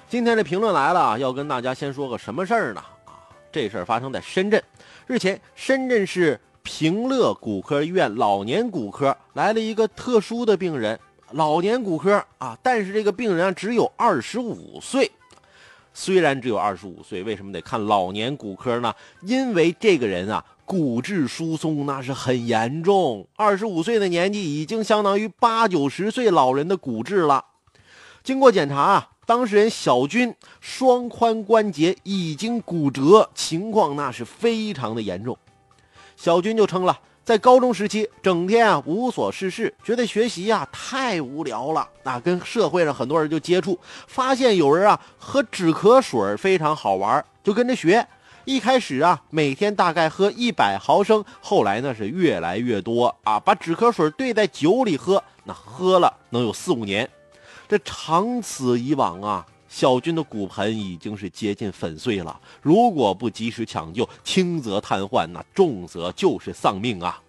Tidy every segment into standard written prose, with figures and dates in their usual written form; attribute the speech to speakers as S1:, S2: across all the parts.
S1: 今天这评论来了啊，要跟大家先说个什么事儿呢？这事儿发生在深圳。日前，深圳市平乐骨科医院老年骨科来了一个特殊的病人，老年骨科啊，但是这个病人只有25岁。虽然只有25岁，为什么得看老年骨科呢？因为这个人啊，骨质疏松那是很严重，25岁的年纪已经相当于80、90岁老人的骨质了。经过检查啊，当事人小军双髋关节已经骨折，情况那是非常的严重。小军就称了，在高中时期整天啊无所事事，觉得学习啊太无聊了啊，跟社会上很多人就接触，发现有人啊喝止咳水非常好玩，就跟着学。一开始啊每天大概喝100毫升，后来呢是越来越多啊，把止咳水兑在酒里喝，那喝了能有4、5年。这长此以往啊，小军的骨盆已经是接近粉碎了，如果不及时抢救，轻则瘫痪，那重则就是丧命啊。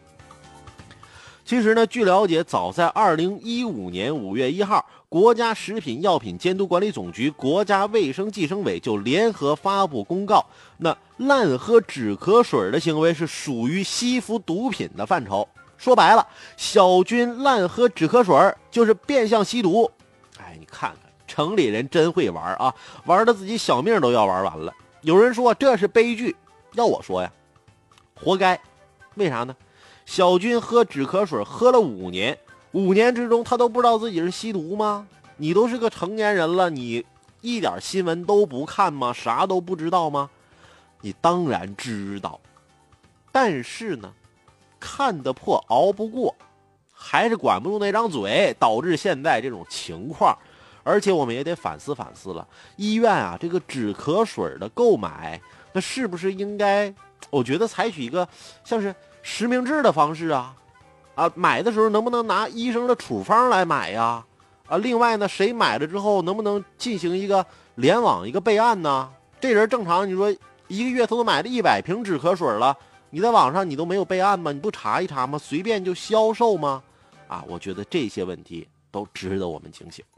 S1: 其实呢，据了解，早在2015年5月1号，国家食品药品监督管理总局、国家卫生计生委就联合发布公告，那滥喝止咳水的行为是属于吸服毒品的范畴。说白了，小军滥喝止咳水就是变相吸毒。哎，你看看，城里人真会玩啊，玩的自己小命都要玩完了。有人说这是悲剧，要我说呀，活该。为啥呢？小军喝止咳水喝了5年，5年之中他都不知道自己是吸毒吗？你都是个成年人了，你一点新闻都不看吗？啥都不知道吗？你当然知道，但是呢，看得破熬不过，还是管不住那张嘴，导致现在这种情况。而且我们也得反思反思了，医院啊这个止咳水的购买，那是不是应该，我觉得采取一个像是实名制的方式啊，买的时候能不能拿医生的处方来买呀？另外呢，谁买了之后能不能进行一个联网一个备案呢？这人正常你说一个月他都买了100瓶止咳水了，你在网上你都没有备案吗？你不查一查吗？随便就销售吗？我觉得这些问题都值得我们警醒。